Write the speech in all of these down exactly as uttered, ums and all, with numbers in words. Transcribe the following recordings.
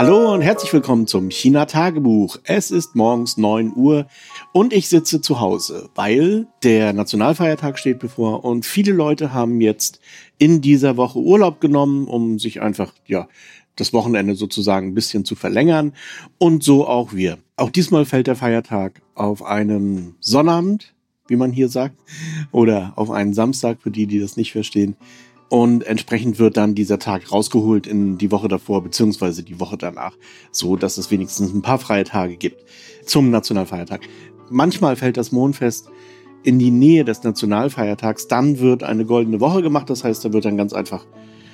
Hallo und herzlich willkommen zum China-Tagebuch. Es ist morgens neun Uhr und ich sitze zu Hause, weil der Nationalfeiertag steht bevor und viele Leute haben jetzt in dieser Woche Urlaub genommen, um sich einfach, ja, das Wochenende sozusagen ein bisschen zu verlängern und so auch wir. Auch diesmal fällt der Feiertag auf einen Sonnabend, wie man hier sagt, oder auf einen Samstag für die, die das nicht verstehen. Und entsprechend wird dann dieser Tag rausgeholt in die Woche davor beziehungsweise die Woche danach, so dass es wenigstens ein paar freie Tage gibt zum Nationalfeiertag. Manchmal fällt das Mondfest in die Nähe des Nationalfeiertags, dann wird eine goldene Woche gemacht, das heißt, da wird dann ganz einfach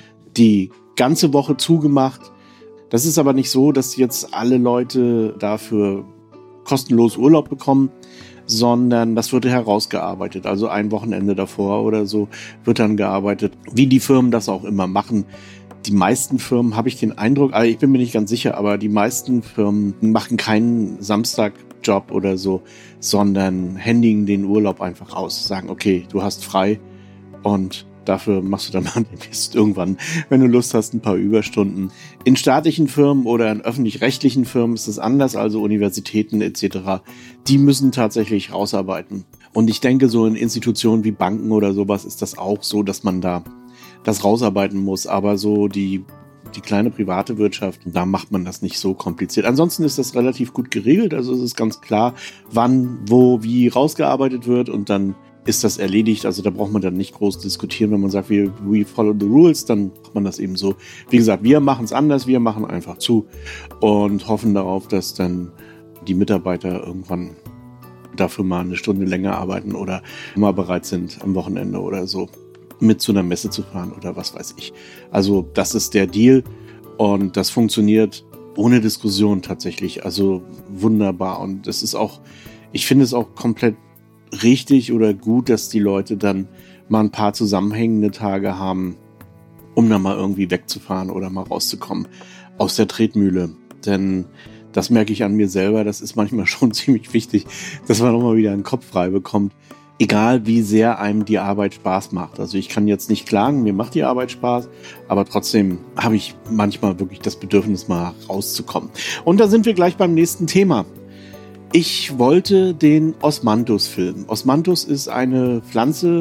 die ganze Woche zugemacht. Das ist aber nicht so, dass jetzt alle Leute dafür kostenlos Urlaub bekommen, sondern das wird herausgearbeitet. Also ein Wochenende davor oder so wird dann gearbeitet, wie die Firmen das auch immer machen. Die meisten Firmen, habe ich den Eindruck, also ich bin mir nicht ganz sicher, aber die meisten Firmen machen keinen Samstagjob oder so, sondern händigen den Urlaub einfach aus. Sagen, okay, du hast frei und dafür machst du dann mal irgendwann, wenn du Lust hast, ein paar Überstunden. In staatlichen Firmen oder in öffentlich-rechtlichen Firmen ist es anders, also Universitäten et cetera. Die müssen tatsächlich rausarbeiten. Und ich denke, so in Institutionen wie Banken oder sowas ist das auch so, dass man da das rausarbeiten muss. Aber so die, die kleine private Wirtschaft, da macht man das nicht so kompliziert. Ansonsten ist das relativ gut geregelt. Also es ist ganz klar, wann, wo, wie rausgearbeitet wird und dann ist das erledigt. Also da braucht man dann nicht groß diskutieren, wenn man sagt, we, we follow the rules, dann macht man das eben so. Wie gesagt, wir machen es anders, wir machen einfach zu und hoffen darauf, dass dann die Mitarbeiter irgendwann dafür mal eine Stunde länger arbeiten oder mal bereit sind, am Wochenende oder so mit zu einer Messe zu fahren oder was weiß ich. Also das ist der Deal und das funktioniert ohne Diskussion tatsächlich. Also wunderbar und das ist auch, ich finde es auch komplett richtig oder gut, dass die Leute dann mal ein paar zusammenhängende Tage haben, um dann mal irgendwie wegzufahren oder mal rauszukommen aus der Tretmühle. Denn das merke ich an mir selber, das ist manchmal schon ziemlich wichtig, dass man auch mal wieder einen Kopf frei bekommt, egal wie sehr einem die Arbeit Spaß macht. Also ich kann jetzt nicht klagen, mir macht die Arbeit Spaß, aber trotzdem habe ich manchmal wirklich das Bedürfnis, mal rauszukommen. Und da sind wir gleich beim nächsten Thema. Ich wollte den Osmanthus filmen. Osmanthus ist eine Pflanze,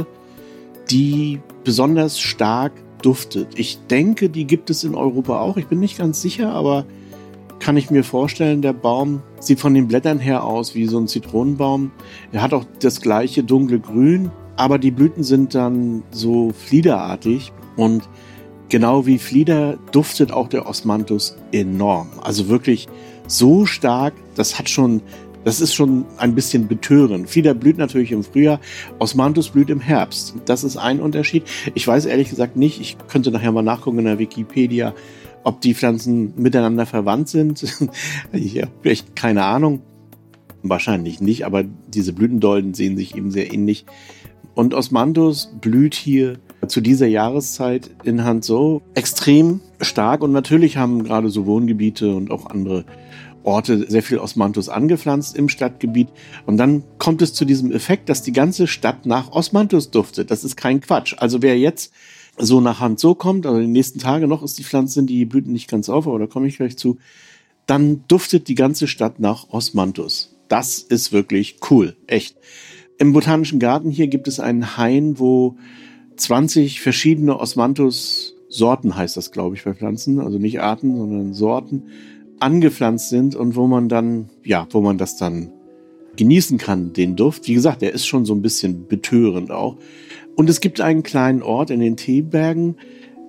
die besonders stark duftet. Ich denke, die gibt es in Europa auch. Ich bin nicht ganz sicher, aber kann ich mir vorstellen, der Baum sieht von den Blättern her aus wie so ein Zitronenbaum. Er hat auch das gleiche dunkle Grün, aber die Blüten sind dann so fliederartig und genau wie Flieder duftet auch der Osmanthus enorm. Also wirklich so stark, das hat schon Das ist schon ein bisschen betörend. Flieder blüht natürlich im Frühjahr, Osmanthus blüht im Herbst. Das ist ein Unterschied. Ich weiß ehrlich gesagt nicht, ich könnte nachher mal nachgucken in der Wikipedia, ob die Pflanzen miteinander verwandt sind. Ich habe echt keine Ahnung. Wahrscheinlich nicht, aber diese Blütendolden sehen sich eben sehr ähnlich. Und Osmanthus blüht hier zu dieser Jahreszeit in Hangzhou extrem stark. Und natürlich haben gerade so Wohngebiete und auch andere Orte sehr viel Osmanthus angepflanzt im Stadtgebiet. Und dann kommt es zu diesem Effekt, dass die ganze Stadt nach Osmanthus duftet. Das ist kein Quatsch. Also wer jetzt so nach Hangzhou kommt, also die nächsten Tage noch ist die Pflanze, die Blüten nicht ganz auf, aber da komme ich gleich zu, dann duftet die ganze Stadt nach Osmanthus. Das ist wirklich cool, echt. Im Botanischen Garten hier gibt es einen Hain, wo zwanzig verschiedene Osmanthus-Sorten, heißt das, glaube ich, bei Pflanzen, also nicht Arten, sondern Sorten, angepflanzt sind und wo man dann, ja, wo man das dann genießen kann, den Duft. Wie gesagt, der ist schon so ein bisschen betörend auch. Und es gibt einen kleinen Ort in den Teebergen,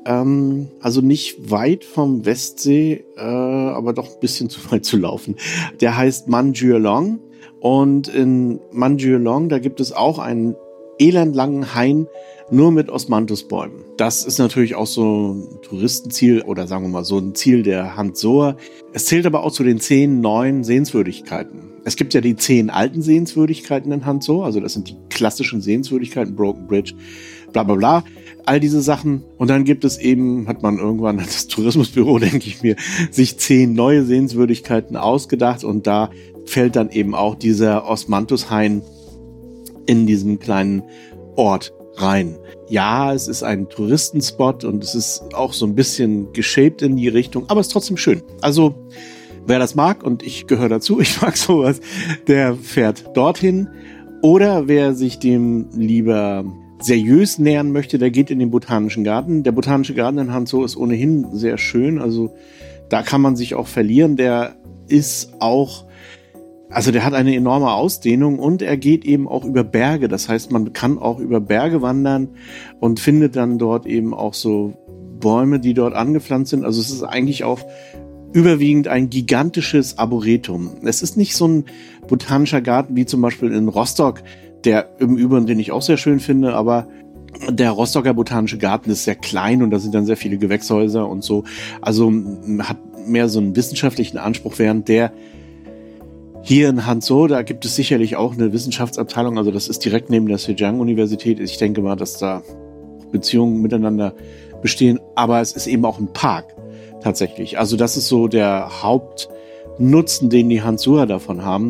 ähm, also nicht weit vom Westsee, äh, aber doch ein bisschen zu weit zu laufen. Der heißt Manjulong und in Manjulong, da gibt es auch einen elendlangen Hain, nur mit Osmanthusbäumen. Das ist natürlich auch so ein Touristenziel oder sagen wir mal so ein Ziel der Hangzhouer. Es zählt aber auch zu den zehn neuen Sehenswürdigkeiten. Es gibt ja die zehn alten Sehenswürdigkeiten in Hangzhou, also das sind die klassischen Sehenswürdigkeiten, Broken Bridge, bla bla bla, all diese Sachen. Und dann gibt es eben, hat man irgendwann, das Tourismusbüro, denke ich mir, sich zehn neue Sehenswürdigkeiten ausgedacht und da fällt dann eben auch dieser Osmanthushain in diesem kleinen Ort rein. Ja, es ist ein Touristenspot und es ist auch so ein bisschen geshaped in die Richtung, aber es ist trotzdem schön. Also, wer das mag, und ich gehöre dazu, ich mag sowas, der fährt dorthin. Oder wer sich dem lieber seriös nähern möchte, der geht in den Botanischen Garten. Der Botanische Garten in Hanzhou ist ohnehin sehr schön, also da kann man sich auch verlieren. Der ist auch, also der hat eine enorme Ausdehnung und er geht eben auch über Berge. Das heißt, man kann auch über Berge wandern und findet dann dort eben auch so Bäume, die dort angepflanzt sind. Also es ist eigentlich auch überwiegend ein gigantisches Arboretum. Es ist nicht so ein botanischer Garten wie zum Beispiel in Rostock, der im Übrigen, den ich auch sehr schön finde, aber der Rostocker Botanische Garten ist sehr klein und da sind dann sehr viele Gewächshäuser und so. Also hat mehr so einen wissenschaftlichen Anspruch, während der hier in Hanzhou, da gibt es sicherlich auch eine Wissenschaftsabteilung, also das ist direkt neben der Zhejiang-Universität. Ich denke mal, dass da Beziehungen miteinander bestehen, aber es ist eben auch ein Park tatsächlich. Also das ist so der Hauptnutzen, den die Hanzhouer davon haben.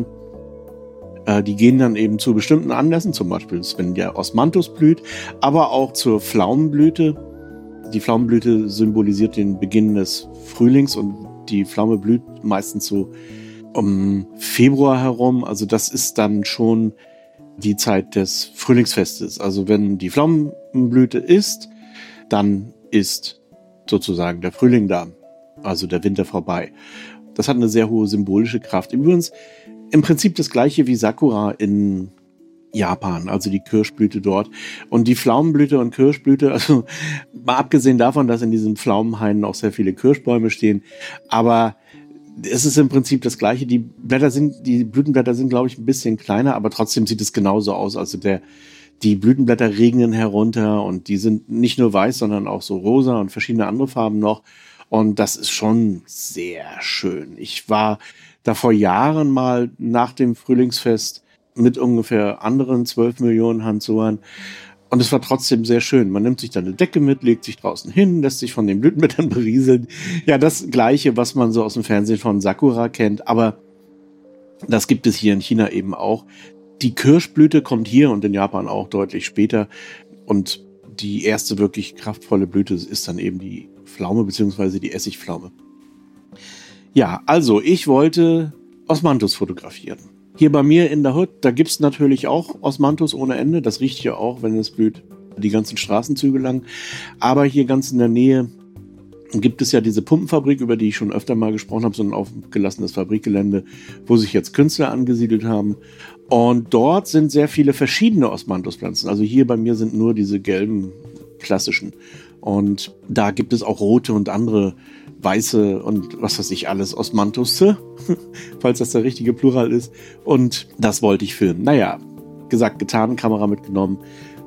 Äh, die gehen dann eben zu bestimmten Anlässen, zum Beispiel wenn der Osmanthus blüht, aber auch zur Pflaumenblüte. Die Pflaumenblüte symbolisiert den Beginn des Frühlings und die Pflaume blüht meistens so um Februar herum. Also das ist dann schon die Zeit des Frühlingsfestes. Also wenn die Pflaumenblüte ist, dann ist sozusagen der Frühling da, also der Winter vorbei. Das hat eine sehr hohe symbolische Kraft. Übrigens im Prinzip das gleiche wie Sakura in Japan, also die Kirschblüte dort. Und die Pflaumenblüte und Kirschblüte, also mal abgesehen davon, dass in diesen Pflaumenhainen auch sehr viele Kirschbäume stehen, aber es ist im Prinzip das Gleiche. Die Blätter sind, die Blütenblätter sind, glaube ich, ein bisschen kleiner, aber trotzdem sieht es genauso aus. Also der, die Blütenblätter regnen herunter und die sind nicht nur weiß, sondern auch so rosa und verschiedene andere Farben noch. Und das ist schon sehr schön. Ich war da vor Jahren mal nach dem Frühlingsfest mit ungefähr anderen zwölf Millionen Hanzhouern. Und es war trotzdem sehr schön. Man nimmt sich dann eine Decke mit, legt sich draußen hin, lässt sich von den Blütenblättern berieseln. Ja, das Gleiche, was man so aus dem Fernsehen von Sakura kennt. Aber das gibt es hier in China eben auch. Die Kirschblüte kommt hier und in Japan auch deutlich später. Und die erste wirklich kraftvolle Blüte ist dann eben die Pflaume bzw. die Essigpflaume. Ja, also ich wollte Osmanthus fotografieren. Hier bei mir in der Hut, da gibt's natürlich auch Osmanthus ohne Ende. Das riecht ja auch, wenn es blüht, die ganzen Straßenzüge lang. Aber hier ganz in der Nähe gibt es ja diese Pumpenfabrik, über die ich schon öfter mal gesprochen habe, so ein aufgelassenes Fabrikgelände, wo sich jetzt Künstler angesiedelt haben. Und dort sind sehr viele verschiedene Osmanthuspflanzen. Also hier bei mir sind nur diese gelben klassischen. Und da gibt es auch rote und andere weiße und was weiß ich alles, Osmanthusse, falls das der richtige Plural ist. Und das wollte ich filmen. Naja, gesagt, getan, Kamera mitgenommen.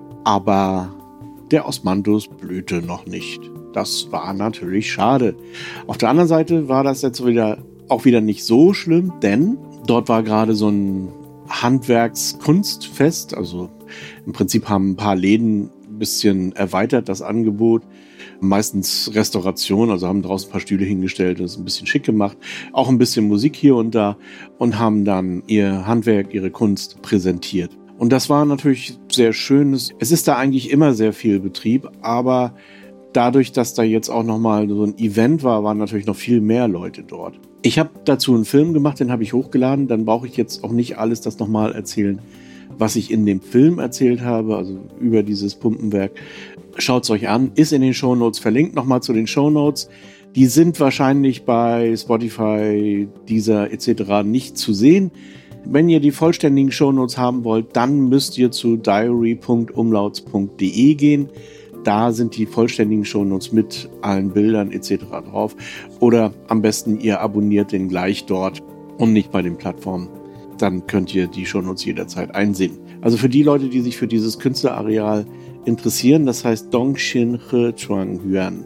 Aber der Osmanthus blühte noch nicht. Das war natürlich schade. Auf der anderen Seite war das jetzt wieder auch wieder nicht so schlimm, denn dort war gerade so ein Handwerkskunstfest. Also im Prinzip haben ein paar Läden ein bisschen erweitert das Angebot. Meistens Restauration, also haben draußen ein paar Stühle hingestellt, das ein bisschen schick gemacht. Auch ein bisschen Musik hier und da und haben dann ihr Handwerk, ihre Kunst präsentiert. Und das war natürlich sehr schön. Es ist da eigentlich immer sehr viel Betrieb, aber dadurch, dass da jetzt auch nochmal so ein Event war, waren natürlich noch viel mehr Leute dort. Ich habe dazu einen Film gemacht, den habe ich hochgeladen. Dann brauche ich jetzt auch nicht alles das nochmal erzählen, was ich in dem Film erzählt habe, also über dieses Pumpenwerk. Schaut's euch an, ist in den Shownotes verlinkt. Nochmal zu den Shownotes. Die sind wahrscheinlich bei Spotify, Deezer et cetera nicht zu sehen. Wenn ihr die vollständigen Shownotes haben wollt, dann müsst ihr zu diary punkt umlauts punkt de gehen. Da sind die vollständigen Shownotes mit allen Bildern et cetera drauf. Oder am besten ihr abonniert den gleich dort und nicht bei den Plattformen. Dann könnt ihr die Shownotes jederzeit einsehen. Also für die Leute, die sich für dieses Künstlerareal interessieren, das heißt Dongxin He Chuangyuan.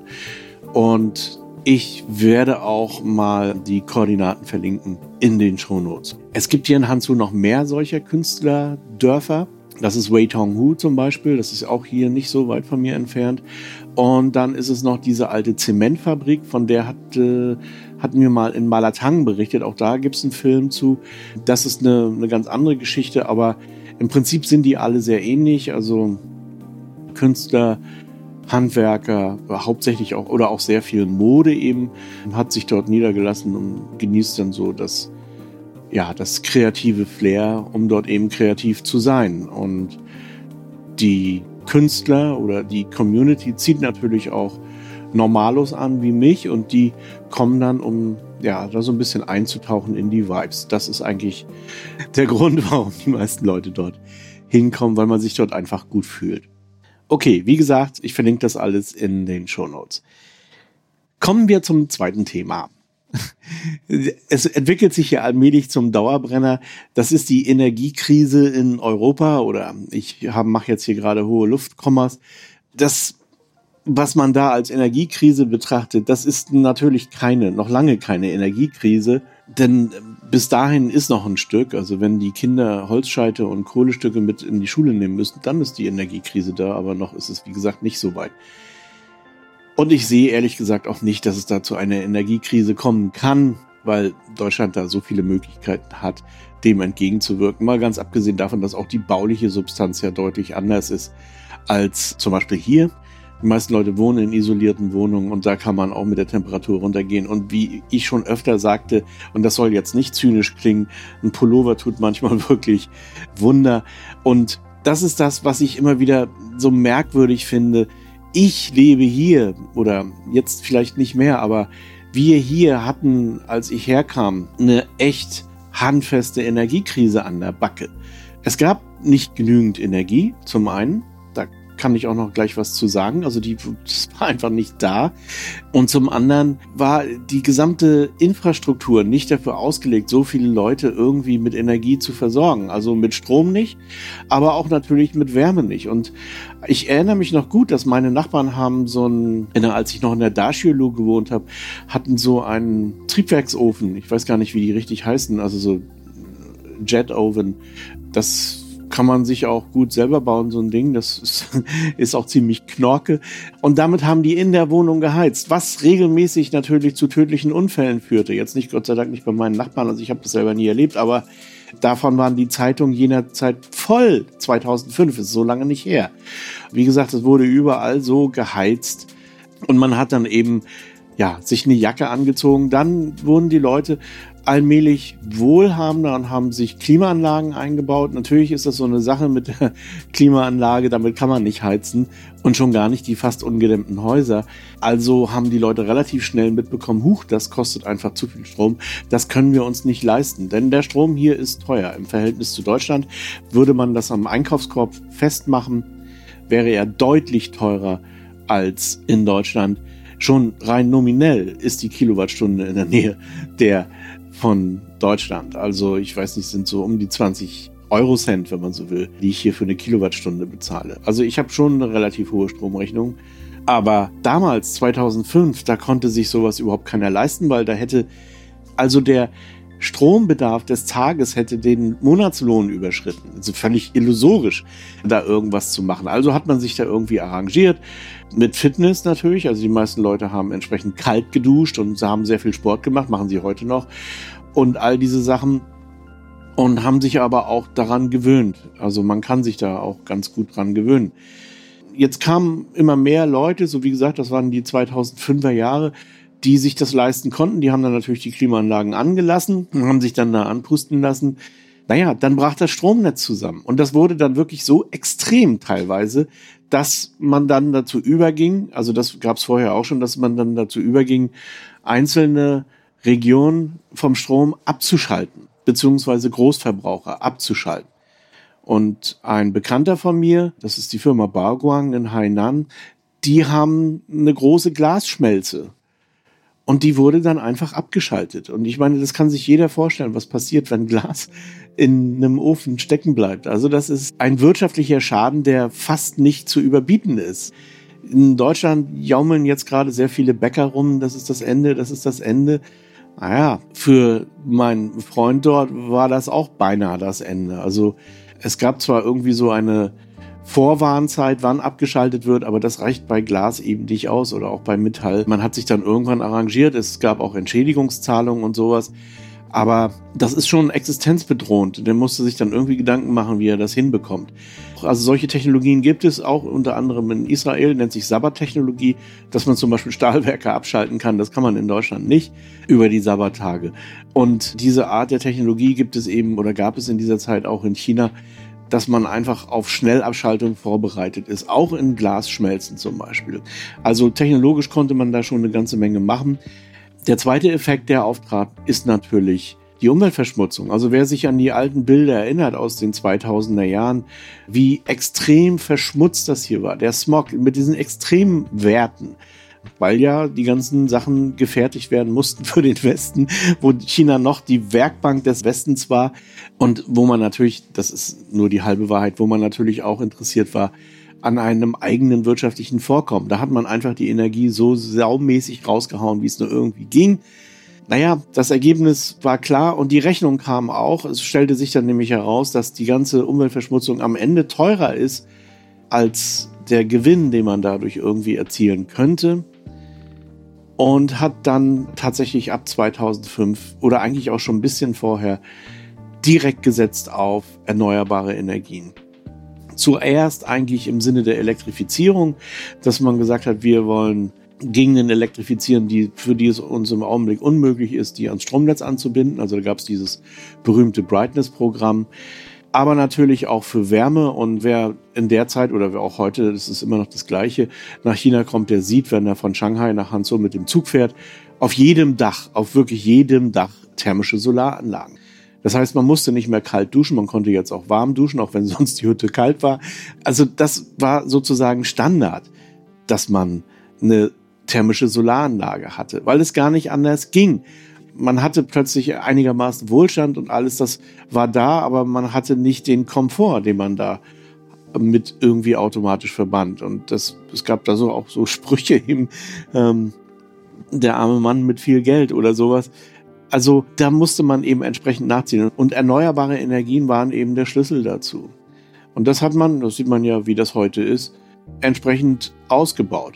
Und ich werde auch mal die Koordinaten verlinken in den Shownotes. Es gibt hier in Hanzhou noch mehr solcher Künstlerdörfer. Das ist Weitonghu zum Beispiel, das ist auch hier nicht so weit von mir entfernt. Und dann ist es noch diese alte Zementfabrik, von der hat, äh, hatten wir mal in Malatang berichtet. Auch da gibt es einen Film zu. Das ist eine, eine ganz andere Geschichte, aber im Prinzip sind die alle sehr ähnlich. Also Künstler, Handwerker, hauptsächlich auch oder auch sehr viel Mode eben, hat sich dort niedergelassen und genießt dann so das, ja, das kreative Flair, um dort eben kreativ zu sein. Und die Künstler oder die Community zieht natürlich auch Normalos an wie mich und die kommen dann, um ja, da so ein bisschen einzutauchen in die Vibes. Das ist eigentlich der Grund, warum die meisten Leute dort hinkommen, weil man sich dort einfach gut fühlt. Okay, wie gesagt, ich verlinke das alles in den Shownotes. Kommen wir zum zweiten Thema. Es entwickelt sich ja allmählich zum Dauerbrenner. Das ist die Energiekrise in Europa oder ich mache jetzt hier gerade hohe Luftkommas. Das, was man da als Energiekrise betrachtet, das ist natürlich keine, noch lange keine Energiekrise, denn bis dahin ist noch ein Stück. Also wenn die Kinder Holzscheite und Kohlestücke mit in die Schule nehmen müssen, dann ist die Energiekrise da, aber noch ist es, wie gesagt, nicht so weit. Und ich sehe ehrlich gesagt auch nicht, dass es da zu einer Energiekrise kommen kann, weil Deutschland da so viele Möglichkeiten hat, dem entgegenzuwirken. Mal ganz abgesehen davon, dass auch die bauliche Substanz ja deutlich anders ist als zum Beispiel hier. Die meisten Leute wohnen in isolierten Wohnungen und da kann man auch mit der Temperatur runtergehen. Und wie ich schon öfter sagte, und das soll jetzt nicht zynisch klingen, ein Pullover tut manchmal wirklich Wunder. Und das ist das, was ich immer wieder so merkwürdig finde. Ich lebe hier, oder jetzt vielleicht nicht mehr, aber wir hier hatten, als ich herkam, eine echt handfeste Energiekrise an der Backe. Es gab nicht genügend Energie, zum einen. Da kann ich auch noch gleich was zu sagen. Also die, das war einfach nicht da. Und zum anderen war die gesamte Infrastruktur nicht dafür ausgelegt, so viele Leute irgendwie mit Energie zu versorgen. Also mit Strom nicht, aber auch natürlich mit Wärme nicht. Und ich erinnere mich noch gut, dass meine Nachbarn haben so ein, als ich noch in der Daciolo gewohnt habe, hatten so einen Triebwerksofen. Ich weiß gar nicht, wie die richtig heißen. Also so Jet Oven. Das kann man sich auch gut selber bauen, so ein Ding. Das ist, ist auch ziemlich knorke. Und damit haben die in der Wohnung geheizt, was regelmäßig natürlich zu tödlichen Unfällen führte. Jetzt nicht, Gott sei Dank, nicht bei meinen Nachbarn. Also ich habe das selber nie erlebt, aber davon waren die Zeitungen jener Zeit voll. zweitausendfünf ist so lange nicht her. Wie gesagt, es wurde überall so geheizt und man hat dann eben ja sich eine Jacke angezogen. Dann wurden die Leute allmählich wohlhabender und haben sich Klimaanlagen eingebaut. Natürlich ist das so eine Sache mit der Klimaanlage, damit kann man nicht heizen und schon gar nicht die fast ungedämmten Häuser. Also haben die Leute relativ schnell mitbekommen, huch, das kostet einfach zu viel Strom, das können wir uns nicht leisten, denn der Strom hier ist teuer. Im Verhältnis zu Deutschland würde man das am Einkaufskorb festmachen, wäre er deutlich teurer als in Deutschland. Schon rein nominell ist die Kilowattstunde in der Nähe der von Deutschland. Also ich weiß nicht, sind so um die zwanzig Eurocent, wenn man so will, die ich hier für eine Kilowattstunde bezahle. Also ich habe schon eine relativ hohe Stromrechnung. Aber damals, zweitausendfünf, da konnte sich sowas überhaupt keiner leisten, weil da hätte, also der Strombedarf des Tages hätte den Monatslohn überschritten. Also völlig illusorisch, da irgendwas zu machen. Also hat man sich da irgendwie arrangiert. Mit Fitness natürlich. Also die meisten Leute haben entsprechend kalt geduscht und haben sehr viel Sport gemacht, machen sie heute noch. Und all diese Sachen. Und haben sich aber auch daran gewöhnt. Also man kann sich da auch ganz gut dran gewöhnen. Jetzt kamen immer mehr Leute, so wie gesagt, das waren die zweitausendfünfer Jahre, die sich das leisten konnten. Die haben dann natürlich die Klimaanlagen angelassen und haben sich dann da anpusten lassen. Naja, dann brach das Stromnetz zusammen. Und das wurde dann wirklich so extrem teilweise, dass man dann dazu überging, also das gab es vorher auch schon, dass man dann dazu überging, einzelne Regionen vom Strom abzuschalten, beziehungsweise Großverbraucher abzuschalten. Und ein Bekannter von mir, das ist die Firma Baoguang in Hainan, die haben eine große Glasschmelze. Und die wurde dann einfach abgeschaltet. Und ich meine, das kann sich jeder vorstellen, was passiert, wenn Glas in einem Ofen stecken bleibt. Also das ist ein wirtschaftlicher Schaden, der fast nicht zu überbieten ist. In Deutschland jaumeln jetzt gerade sehr viele Bäcker rum, das ist das Ende, das ist das Ende. Naja, für meinen Freund dort war das auch beinahe das Ende. Also es gab zwar irgendwie so eine Vorwarnzeit, wann abgeschaltet wird, aber das reicht bei Glas eben nicht aus oder auch bei Metall. Man hat sich dann irgendwann arrangiert, es gab auch Entschädigungszahlungen und sowas, Aber das ist schon existenzbedrohend. Der musste sich dann irgendwie Gedanken machen, wie er das hinbekommt. Also solche Technologien gibt es auch unter anderem in Israel, nennt sich Sabbattechnologie, dass man zum Beispiel Stahlwerke abschalten kann. Das kann man in Deutschland nicht über die Sabbattage. Und diese Art der Technologie gibt es eben oder gab es in dieser Zeit auch in China, dass man einfach auf Schnellabschaltung vorbereitet ist, auch in Glasschmelzen zum Beispiel. Also technologisch konnte man da schon eine ganze Menge machen. Der zweite Effekt, der auftrat, ist natürlich die Umweltverschmutzung. Also wer sich an die alten Bilder erinnert aus den zweitausender Jahren, wie extrem verschmutzt das hier war, der Smog mit diesen extremen Werten, weil ja die ganzen Sachen gefertigt werden mussten für den Westen, wo China noch die Werkbank des Westens war und wo man natürlich, das ist nur die halbe Wahrheit, wo man natürlich auch interessiert war an einem eigenen wirtschaftlichen Vorkommen. Da hat man einfach die Energie so saumäßig rausgehauen, wie es nur irgendwie ging. Naja, das Ergebnis war klar und die Rechnung kam auch. Es stellte sich dann nämlich heraus, dass die ganze Umweltverschmutzung am Ende teurer ist als der Gewinn, den man dadurch irgendwie erzielen könnte. Und hat dann tatsächlich ab zweitausendfünf oder eigentlich auch schon ein bisschen vorher direkt gesetzt auf erneuerbare Energien. Zuerst eigentlich im Sinne der Elektrifizierung, dass man gesagt hat, wir wollen Gegenden elektrifizieren, die, für die es uns im Augenblick unmöglich ist, die ans Stromnetz anzubinden. Also da gab es dieses berühmte Brightness-Programm. Aber natürlich auch für Wärme. Und wer in der Zeit oder wer auch heute, das ist immer noch das Gleiche, nach China kommt, der sieht, wenn er von Shanghai nach Hangzhou mit dem Zug fährt, auf jedem Dach, auf wirklich jedem Dach thermische Solaranlagen. Das heißt, man musste nicht mehr kalt duschen, man konnte jetzt auch warm duschen, auch wenn sonst die Hütte kalt war. Also das war sozusagen Standard, dass man eine thermische Solaranlage hatte, weil es gar nicht anders ging. Man hatte plötzlich einigermaßen Wohlstand und alles, das war da, aber man hatte nicht den Komfort, den man da mit irgendwie automatisch verband. Und das, es gab da so auch so Sprüche eben, ähm, der arme Mann mit viel Geld oder sowas. Also da musste man eben entsprechend nachziehen. Und erneuerbare Energien waren eben der Schlüssel dazu. Und das hat man, das sieht man ja, wie das heute ist, entsprechend ausgebaut.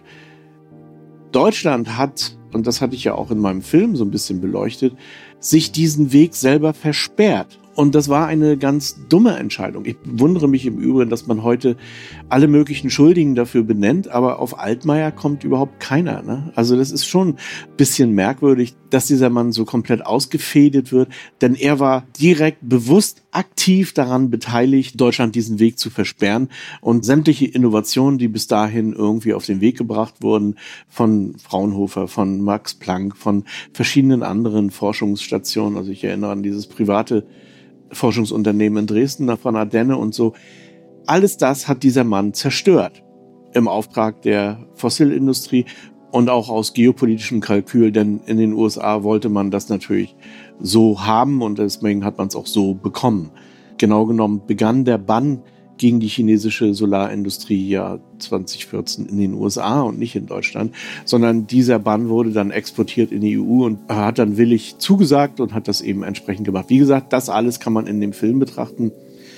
Deutschland hat, und das hatte ich ja auch in meinem Film so ein bisschen beleuchtet, sich diesen Weg selber versperrt. Und das war eine ganz dumme Entscheidung. Ich wundere mich im Übrigen, dass man heute alle möglichen Schuldigen dafür benennt, aber auf Altmaier kommt überhaupt keiner, ne? Also das ist schon ein bisschen merkwürdig, dass dieser Mann so komplett ausgefädelt wird, denn er war direkt bewusst aktiv daran beteiligt, Deutschland diesen Weg zu versperren und sämtliche Innovationen, die bis dahin irgendwie auf den Weg gebracht wurden, von Fraunhofer, von Max Planck, von verschiedenen anderen Forschungsstationen, also ich erinnere an dieses private Forschungsunternehmen in Dresden, von Ardenne und so. Alles das hat dieser Mann zerstört im Auftrag der Fossilindustrie und auch aus geopolitischem Kalkül, denn in den U S A wollte man das natürlich so haben und deswegen hat man es auch so bekommen. Genau genommen begann der Bann gegen die chinesische Solarindustrie ja zwanzig vierzehn in den U S A und nicht in Deutschland, sondern dieser Bann wurde dann exportiert in die E U und hat dann willig zugesagt und hat das eben entsprechend gemacht. Wie gesagt, das alles kann man in dem Film betrachten.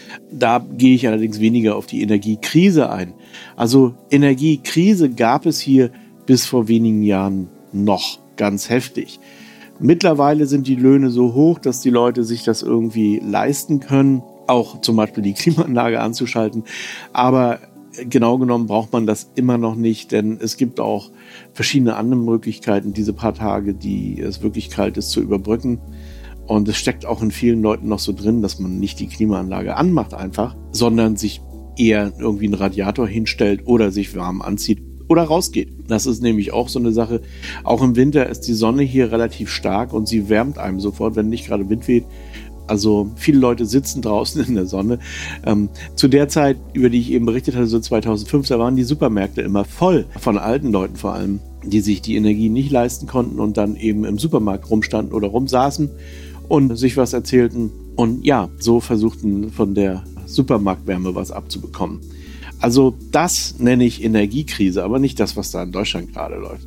Da gehe ich allerdings weniger auf die Energiekrise ein. Also Energiekrise gab es hier bis vor wenigen Jahren noch ganz heftig. Mittlerweile sind die Löhne so hoch, dass die Leute sich das irgendwie leisten können, auch zum Beispiel die Klimaanlage anzuschalten. Aber genau genommen braucht man das immer noch nicht, denn es gibt auch verschiedene andere Möglichkeiten, diese paar Tage, die es wirklich kalt ist, zu überbrücken. Und es steckt auch in vielen Leuten noch so drin, dass man nicht die Klimaanlage anmacht einfach, sondern sich eher irgendwie einen Radiator hinstellt oder sich warm anzieht oder rausgeht. Das ist nämlich auch so eine Sache. Auch im Winter ist die Sonne hier relativ stark und sie wärmt einem sofort, wenn nicht gerade Wind weht. Also viele Leute sitzen draußen in der Sonne. Ähm, zu der Zeit, über die ich eben berichtet hatte, so zweitausendfünf, da waren die Supermärkte immer voll von alten Leuten vor allem, die sich die Energie nicht leisten konnten und dann eben im Supermarkt rumstanden oder rumsaßen und sich was erzählten und ja, so versuchten von der Supermarktwärme was abzubekommen. Also das nenne ich Energiekrise, aber nicht das, was da in Deutschland gerade läuft.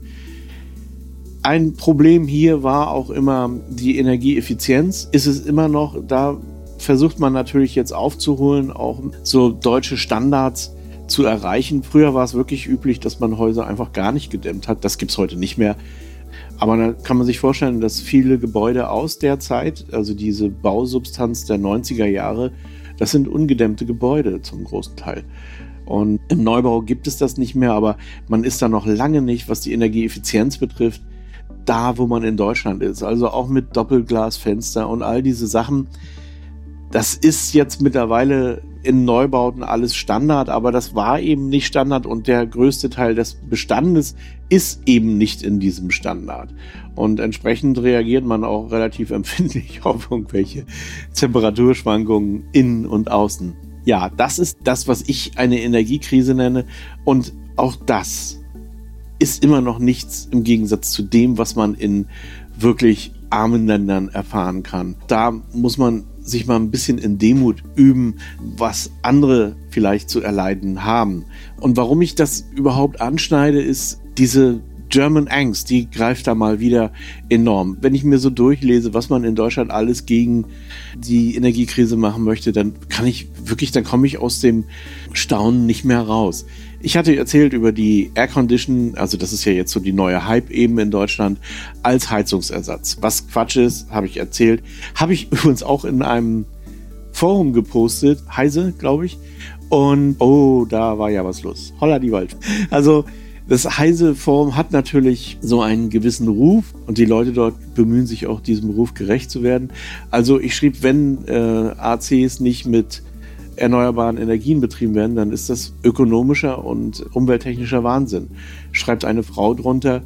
Ein Problem hier war auch immer die Energieeffizienz. Ist es immer noch, da versucht man natürlich jetzt aufzuholen, auch so deutsche Standards zu erreichen. Früher war es wirklich üblich, dass man Häuser einfach gar nicht gedämmt hat. Das gibt es heute nicht mehr. Aber da kann man sich vorstellen, dass viele Gebäude aus der Zeit, also diese Bausubstanz der neunziger Jahre, das sind ungedämmte Gebäude zum großen Teil. Und im Neubau gibt es das nicht mehr, aber man ist da noch lange nicht, was die Energieeffizienz betrifft, da, wo man in Deutschland ist. Also auch mit Doppelglasfenster und all diese Sachen. Das ist jetzt mittlerweile in Neubauten alles Standard, aber das war eben nicht Standard und der größte Teil des Bestandes ist eben nicht in diesem Standard. Und entsprechend reagiert man auch relativ empfindlich auf irgendwelche Temperaturschwankungen innen und außen. Ja, das ist das, was ich eine Energiekrise nenne. Und auch das ist immer noch nichts im Gegensatz zu dem, was man in wirklich armen Ländern erfahren kann. Da muss man sich mal ein bisschen in Demut üben, was andere vielleicht zu erleiden haben. Und warum ich das überhaupt anschneide, ist diese German Angst, die greift da mal wieder enorm. Wenn ich mir so durchlese, was man in Deutschland alles gegen die Energiekrise machen möchte, dann kann ich wirklich, dann komme ich aus dem Staunen nicht mehr raus. Ich hatte erzählt über die Aircondition, also das ist ja jetzt so die neue Hype eben in Deutschland, als Heizungsersatz. Was Quatsch ist, habe ich erzählt. Habe ich übrigens auch in einem Forum gepostet, Heise, glaube ich. Und oh, da war ja was los. Holla die Wald. Also das Heise-Forum hat natürlich so einen gewissen Ruf und die Leute dort bemühen sich auch, diesem Ruf gerecht zu werden. Also ich schrieb, wenn äh, A Cs nicht mit erneuerbaren Energien betrieben werden, dann ist das ökonomischer und umwelttechnischer Wahnsinn. Schreibt eine Frau drunter,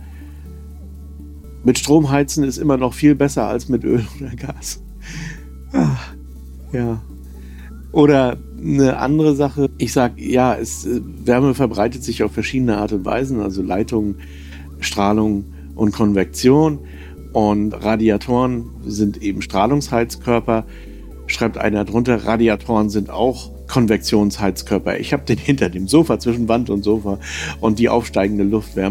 mit Strom heizen ist immer noch viel besser als mit Öl oder Gas. Ah, ja. Oder eine andere Sache, ich sage, ja, es, Wärme verbreitet sich auf verschiedene Art und Weisen, also Leitung, Strahlung und Konvektion. Und Radiatoren sind eben Strahlungsheizkörper. Schreibt einer drunter, Radiatoren sind auch Konvektionsheizkörper. Ich habe den hinter dem Sofa, zwischen Wand und Sofa und die aufsteigende Luft wärmen.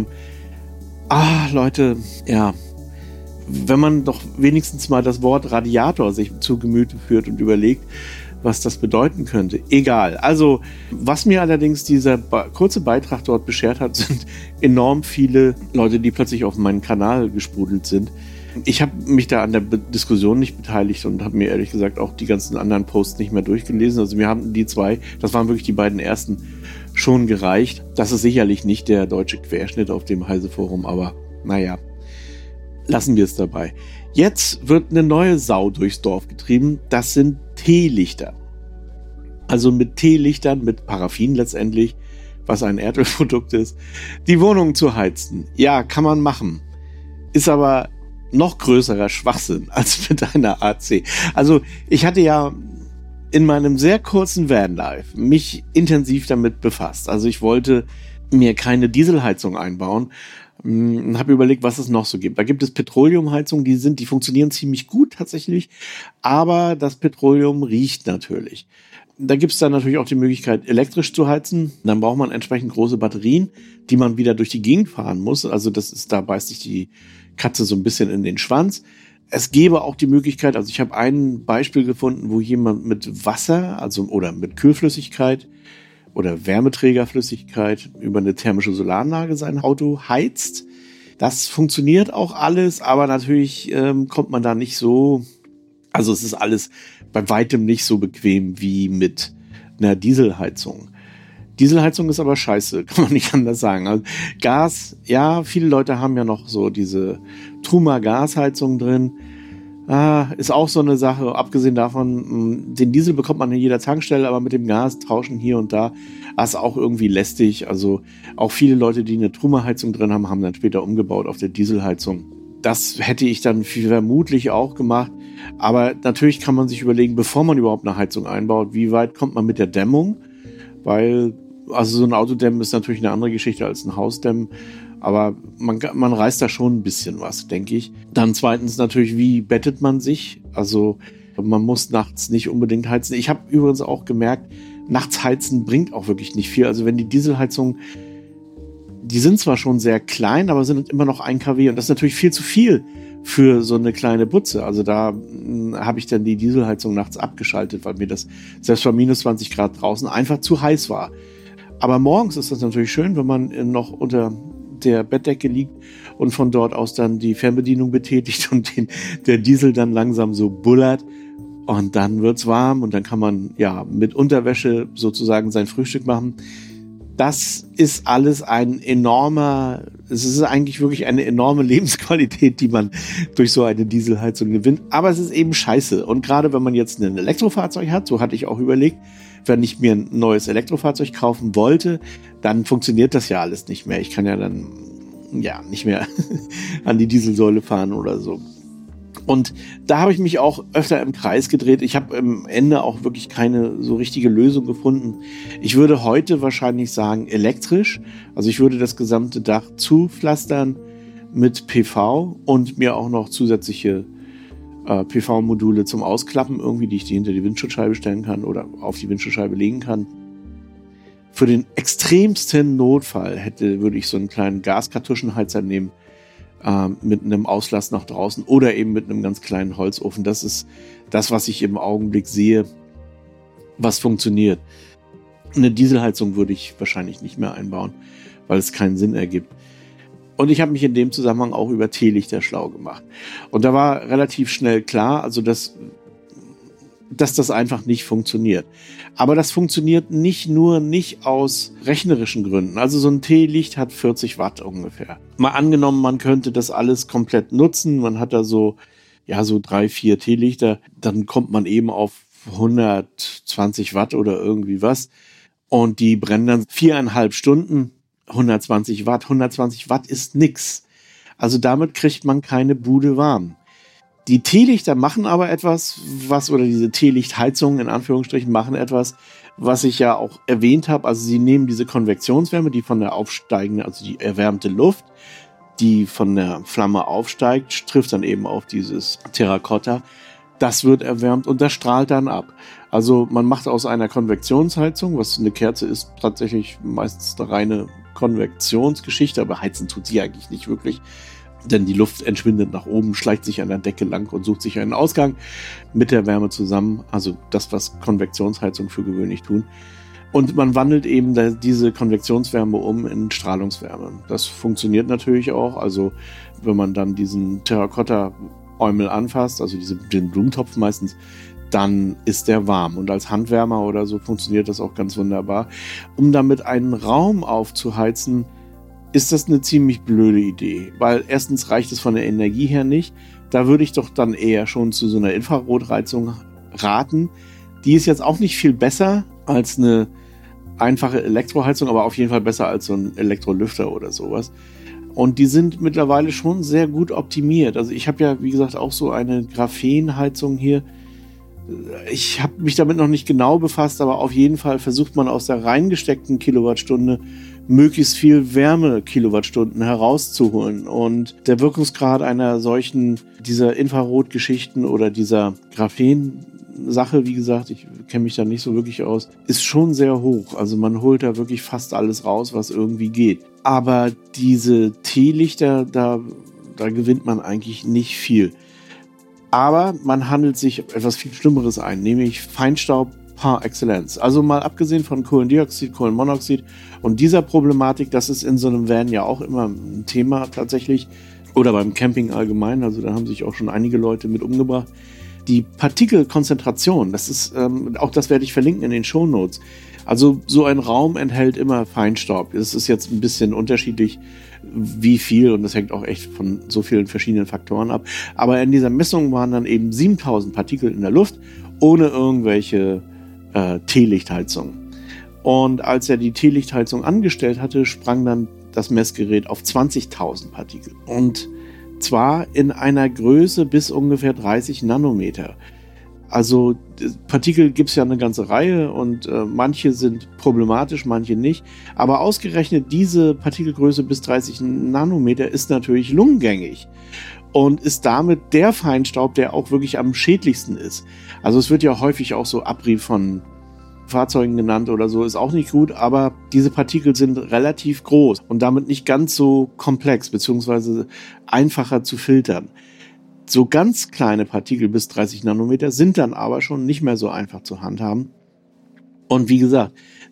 Ah, Leute, ja, wenn man doch wenigstens mal das Wort Radiator sich zu Gemüte führt und überlegt, was das bedeuten könnte. Egal. Also, was mir allerdings dieser ba- kurze Beitrag dort beschert hat, sind enorm viele Leute, die plötzlich auf meinen Kanal gesprudelt sind. Ich habe mich da an der Be- Diskussion nicht beteiligt und habe mir ehrlich gesagt auch die ganzen anderen Posts nicht mehr durchgelesen. Also mir haben die zwei, das waren wirklich die beiden ersten, schon gereicht. Das ist sicherlich nicht der deutsche Querschnitt auf dem Heise-Forum, aber naja, lassen wir es dabei. Jetzt wird eine neue Sau durchs Dorf getrieben. Das sind Teelichter. Also mit Teelichtern, mit Paraffin letztendlich, was ein Erdölprodukt ist, die Wohnung zu heizen. Ja, kann man machen. Ist aber noch größerer Schwachsinn als mit einer A C. Also ich hatte ja in meinem sehr kurzen Vanlife mich intensiv damit befasst. Also ich wollte mir keine Dieselheizung einbauen und habe überlegt, was es noch so gibt. Da gibt es Petroleumheizungen, die sind, die funktionieren ziemlich gut tatsächlich, aber das Petroleum riecht natürlich. Da gibt es dann natürlich auch die Möglichkeit, elektrisch zu heizen. Dann braucht man entsprechend große Batterien, die man wieder durch die Gegend fahren muss. Also das ist, da beißt sich die Katze so ein bisschen in den Schwanz. Es gäbe auch die Möglichkeit, also ich habe ein Beispiel gefunden, wo jemand mit Wasser, also oder mit Kühlflüssigkeit oder Wärmeträgerflüssigkeit über eine thermische Solaranlage sein Auto heizt. Das funktioniert auch alles, aber natürlich ähm, kommt man da nicht so, also es ist alles bei weitem nicht so bequem wie mit einer Dieselheizung. Dieselheizung ist aber scheiße, kann man nicht anders sagen. Also Gas, ja, viele Leute haben ja noch so diese Truma-Gasheizung drin. Ah, ist auch so eine Sache. Abgesehen davon, den Diesel bekommt man in jeder Tankstelle, aber mit dem Gas tauschen hier und da, das ist auch irgendwie lästig. Also auch viele Leute, die eine Truma-Heizung drin haben, haben dann später umgebaut auf der Dieselheizung. Das hätte ich dann vermutlich auch gemacht. Aber natürlich kann man sich überlegen, bevor man überhaupt eine Heizung einbaut, wie weit kommt man mit der Dämmung? Weil also so ein Autodämmen ist natürlich eine andere Geschichte als ein Hausdämmen, aber man, man reißt da schon ein bisschen was, denke ich. Dann zweitens natürlich, wie bettet man sich? Also man muss nachts nicht unbedingt heizen. Ich habe übrigens auch gemerkt, nachts heizen bringt auch wirklich nicht viel. Also wenn die Dieselheizungen, die sind zwar schon sehr klein, aber sind immer noch ein Kilowatt und das ist natürlich viel zu viel für so eine kleine Butze. Also da mh, habe ich dann die Dieselheizung nachts abgeschaltet, weil mir das selbst bei minus zwanzig Grad draußen einfach zu heiß war. Aber morgens ist das natürlich schön, wenn man noch unter der Bettdecke liegt und von dort aus dann die Fernbedienung betätigt und den, der Diesel dann langsam so bullert. Und dann wird's warm und dann kann man ja mit Unterwäsche sozusagen sein Frühstück machen. Das ist alles ein enormer, es ist eigentlich wirklich eine enorme Lebensqualität, die man durch so eine Dieselheizung gewinnt. Aber es ist eben scheiße. Und gerade wenn man jetzt ein Elektrofahrzeug hat, so hatte ich auch überlegt, wenn ich mir ein neues Elektrofahrzeug kaufen wollte, dann funktioniert das ja alles nicht mehr. Ich kann ja dann ja nicht mehr an die Dieselsäule fahren oder so. Und da habe ich mich auch öfter im Kreis gedreht. Ich habe am Ende auch wirklich keine so richtige Lösung gefunden. Ich würde heute wahrscheinlich sagen elektrisch. Also ich würde das gesamte Dach zupflastern mit P V und mir auch noch zusätzliche äh, P V-Module zum Ausklappen, irgendwie, die ich die hinter die Windschutzscheibe stellen kann oder auf die Windschutzscheibe legen kann. Für den extremsten Notfall hätte, würde ich so einen kleinen Gaskartuschenheizer nehmen, mit einem Auslass nach draußen oder eben mit einem ganz kleinen Holzofen. Das ist das, was ich im Augenblick sehe, was funktioniert. Eine Dieselheizung würde ich wahrscheinlich nicht mehr einbauen, weil es keinen Sinn ergibt. Und ich habe mich in dem Zusammenhang auch über Teelichter schlau gemacht. Und da war relativ schnell klar, also dass, dass das einfach nicht funktioniert. Aber das funktioniert nicht nur nicht aus rechnerischen Gründen. Also so ein Teelicht hat vierzig Watt ungefähr. Mal angenommen, man könnte das alles komplett nutzen. Man hat da so, ja, so drei, vier Teelichter. Dann kommt man eben auf hundertzwanzig Watt oder irgendwie was. Und die brennen dann viereinhalb Stunden. hundertzwanzig Watt. hundertzwanzig Watt ist nix. Also damit kriegt man keine Bude warm. Die Teelichter machen aber etwas, was, oder diese Teelichtheizungen in Anführungsstrichen machen etwas, was ich ja auch erwähnt habe. Also sie nehmen diese Konvektionswärme, die von der aufsteigenden, also die erwärmte Luft, die von der Flamme aufsteigt, trifft dann eben auf dieses Terrakotta. Das wird erwärmt und das strahlt dann ab. Also man macht aus einer Konvektionsheizung, was eine Kerze ist, tatsächlich meistens eine reine Konvektionsgeschichte, aber heizen tut sie eigentlich nicht wirklich. Denn die Luft entschwindet nach oben, schleicht sich an der Decke lang und sucht sich einen Ausgang mit der Wärme zusammen. Also das, was Konvektionsheizungen für gewöhnlich tun. Und man wandelt eben diese Konvektionswärme um in Strahlungswärme. Das funktioniert natürlich auch. Also wenn man dann diesen Terrakotta-Äumel anfasst, also diese, den Blumentopf meistens, dann ist der warm. Und als Handwärmer oder so funktioniert das auch ganz wunderbar. Um damit einen Raum aufzuheizen, ist das eine ziemlich blöde Idee, weil erstens reicht es von der Energie her nicht. Da würde ich doch dann eher schon zu so einer Infrarotheizung raten. Die ist jetzt auch nicht viel besser als eine einfache Elektroheizung, aber auf jeden Fall besser als so ein Elektrolüfter oder sowas. Und die sind mittlerweile schon sehr gut optimiert. Also ich habe ja, wie gesagt, auch so eine Graphenheizung hier. Ich habe mich damit noch nicht genau befasst, aber auf jeden Fall versucht man aus der reingesteckten Kilowattstunde möglichst viel Wärme-Kilowattstunden herauszuholen. Und der Wirkungsgrad einer solchen, dieser Infrarotgeschichten oder dieser Graphen-Sache, wie gesagt, ich kenne mich da nicht so wirklich aus, ist schon sehr hoch. Also man holt da wirklich fast alles raus, was irgendwie geht. Aber diese Teelichter, da, da gewinnt man eigentlich nicht viel. Aber man handelt sich etwas viel Schlimmeres ein, nämlich Feinstaub par excellence. Also mal abgesehen von Kohlendioxid, Kohlenmonoxid und dieser Problematik, das ist in so einem Van ja auch immer ein Thema tatsächlich, oder beim Camping allgemein, also da haben sich auch schon einige Leute mit umgebracht. Die Partikelkonzentration, das ist, ähm, auch das werde ich verlinken in den Shownotes. Also so ein Raum enthält immer Feinstaub. Es ist jetzt ein bisschen unterschiedlich, wie viel, und das hängt auch echt von so vielen verschiedenen Faktoren ab. Aber in dieser Messung waren dann eben siebentausend Partikel in der Luft, ohne irgendwelche äh, Teelichtheizung. Und als er die Teelichtheizung angestellt hatte, sprang dann das Messgerät auf zwanzigtausend Partikel. Und zwar in einer Größe bis ungefähr dreißig Nanometer. Also Partikel gibt es ja eine ganze Reihe und äh, manche sind problematisch, manche nicht. Aber ausgerechnet diese Partikelgröße bis dreißig Nanometer ist natürlich lungengängig und ist damit der Feinstaub, der auch wirklich am schädlichsten ist. Also es wird ja häufig auch so Abrieb von Fahrzeugen genannt oder so, ist auch nicht gut, aber diese Partikel sind relativ groß und damit nicht ganz so komplex beziehungsweise einfacher zu filtern. So ganz kleine Partikel bis dreißig Nanometer sind dann aber schon nicht mehr so einfach zu handhaben. Und wie gesagt,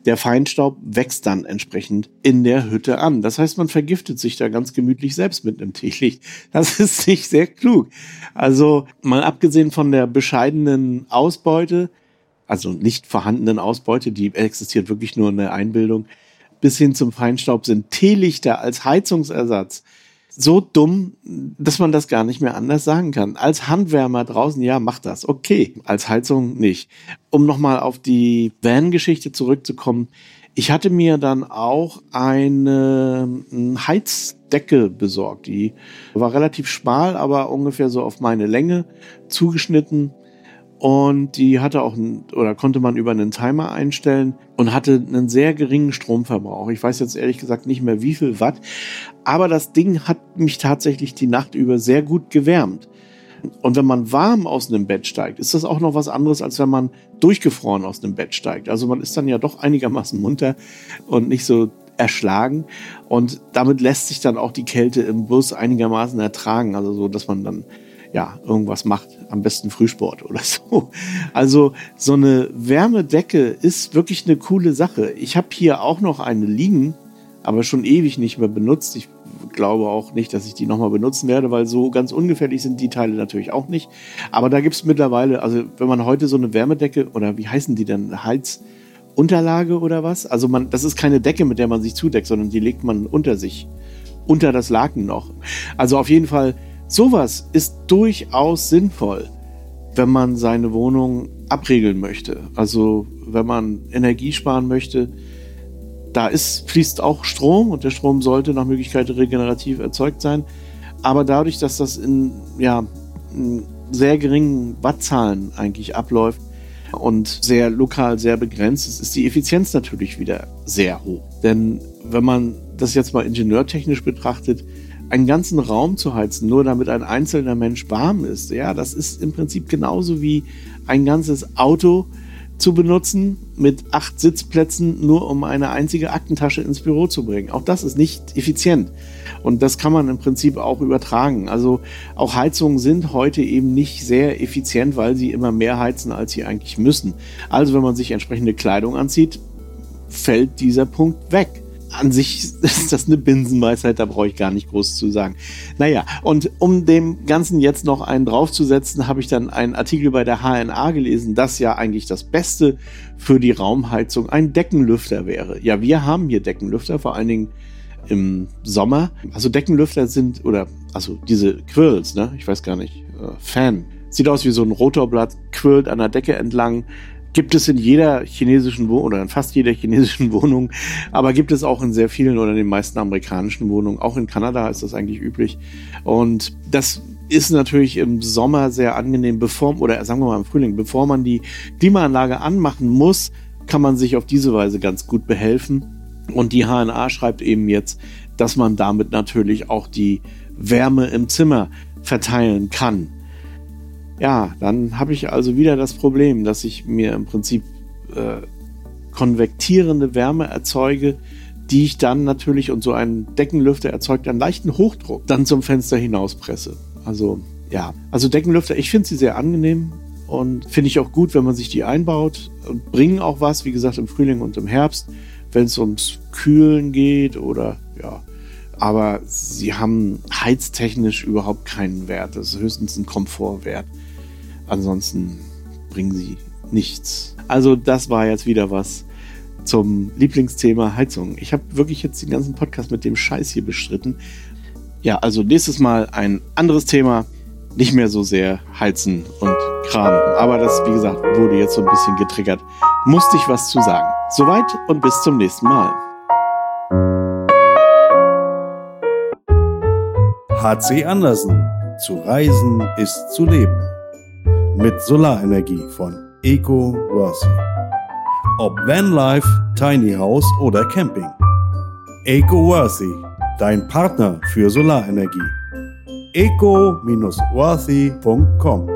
der Feinstaub wächst dann entsprechend in der Hütte an. Das heißt, man vergiftet sich da ganz gemütlich selbst mit einem Teelicht. Das ist nicht sehr klug. Also mal abgesehen von der bescheidenen Ausbeute, also nicht vorhandenen Ausbeute, die existiert wirklich nur in der Einbildung, bis hin zum Feinstaub sind Teelichter als Heizungsersatz so dumm, dass man das gar nicht mehr anders sagen kann. Als Handwärmer draußen, ja, macht das. Okay, als Heizung nicht. Um nochmal auf die Van-Geschichte zurückzukommen. Ich hatte mir dann auch eine Heizdecke besorgt. Die war relativ schmal, aber ungefähr so auf meine Länge zugeschnitten. Und die hatte auch, oder konnte man über einen Timer einstellen und hatte einen sehr geringen Stromverbrauch. Ich weiß jetzt ehrlich gesagt nicht mehr, wie viel Watt, aber das Ding hat mich tatsächlich die Nacht über sehr gut gewärmt. Und wenn man warm aus einem Bett steigt, ist das auch noch was anderes, als wenn man durchgefroren aus einem Bett steigt. Also man ist dann ja doch einigermaßen munter und nicht so erschlagen. Und damit lässt sich dann auch die Kälte im Bus einigermaßen ertragen. Also so, dass man dann ja, irgendwas macht, am besten Frühsport oder so. Also so eine Wärmedecke ist wirklich eine coole Sache. Ich habe hier auch noch eine liegen, aber schon ewig nicht mehr benutzt. Ich glaube auch nicht, dass ich die nochmal benutzen werde, weil so ganz ungefährlich sind die Teile natürlich auch nicht. Aber da gibt es mittlerweile, also wenn man heute so eine Wärmedecke, oder wie heißen die denn, Heizunterlage oder was? Also man, das ist keine Decke, mit der man sich zudeckt, sondern die legt man unter sich, unter das Laken noch. Also auf jeden Fall, sowas ist durchaus sinnvoll, wenn man seine Wohnung abregeln möchte. Also wenn man Energie sparen möchte, da ist, fließt auch Strom und der Strom sollte nach Möglichkeit regenerativ erzeugt sein. Aber dadurch, dass das in, ja, in sehr geringen Wattzahlen eigentlich abläuft und sehr lokal, sehr begrenzt ist, ist die Effizienz natürlich wieder sehr hoch. Denn wenn man das jetzt mal ingenieurtechnisch betrachtet, einen ganzen Raum zu heizen, nur damit ein einzelner Mensch warm ist, ja, das ist im Prinzip genauso wie ein ganzes Auto zu benutzen mit acht Sitzplätzen, nur um eine einzige Aktentasche ins Büro zu bringen. Auch das ist nicht effizient. Und das kann man im Prinzip auch übertragen. Also auch Heizungen sind heute eben nicht sehr effizient, weil sie immer mehr heizen, als sie eigentlich müssen. Also wenn man sich entsprechende Kleidung anzieht, fällt dieser Punkt weg. An sich ist das eine Binsenweisheit, da brauche ich gar nicht groß zu sagen. Naja, und um dem Ganzen jetzt noch einen draufzusetzen, habe ich dann einen Artikel bei der H N A gelesen, dass ja eigentlich das Beste für die Raumheizung ein Deckenlüfter wäre. Ja, wir haben hier Deckenlüfter, vor allen Dingen im Sommer. Also Deckenlüfter sind, oder also diese Quirls, ne? Ich weiß gar nicht, äh, Fan. Sieht aus wie so ein Rotorblatt, quirlt an der Decke entlang. Gibt es in jeder chinesischen Wohnung oder in fast jeder chinesischen Wohnung, aber gibt es auch in sehr vielen oder in den meisten amerikanischen Wohnungen. Auch in Kanada ist das eigentlich üblich. Und das ist natürlich im Sommer sehr angenehm, bevor, oder sagen wir mal im Frühling, bevor man die Klimaanlage anmachen muss, kann man sich auf diese Weise ganz gut behelfen. Und die H N A schreibt eben jetzt, dass man damit natürlich auch die Wärme im Zimmer verteilen kann. Ja, dann habe ich also wieder das Problem, dass ich mir im Prinzip äh, konvektierende Wärme erzeuge, die ich dann natürlich, und so ein Deckenlüfter erzeugt einen leichten Hochdruck, dann zum Fenster hinauspresse. Also ja, also Deckenlüfter, ich finde sie sehr angenehm und finde ich auch gut, wenn man sich die einbaut, und bringen auch was, wie gesagt, im Frühling und im Herbst, wenn es ums Kühlen geht oder ja. Aber sie haben heiztechnisch überhaupt keinen Wert. Das ist höchstens ein Komfortwert. Ansonsten bringen sie nichts. Also das war jetzt wieder was zum Lieblingsthema Heizung. Ich habe wirklich jetzt den ganzen Podcast mit dem Scheiß hier bestritten. Ja, also nächstes Mal ein anderes Thema. Nicht mehr so sehr Heizen und Kram. Aber das, wie gesagt, wurde jetzt so ein bisschen getriggert. Musste ich was zu sagen. Soweit und bis zum nächsten Mal. H C Andersen. Zu reisen ist zu leben. Mit Solarenergie von EcoWorthy. Ob Vanlife, Tiny House oder Camping. EcoWorthy, dein Partner für Solarenergie. eco Bindestrich worthy Punkt com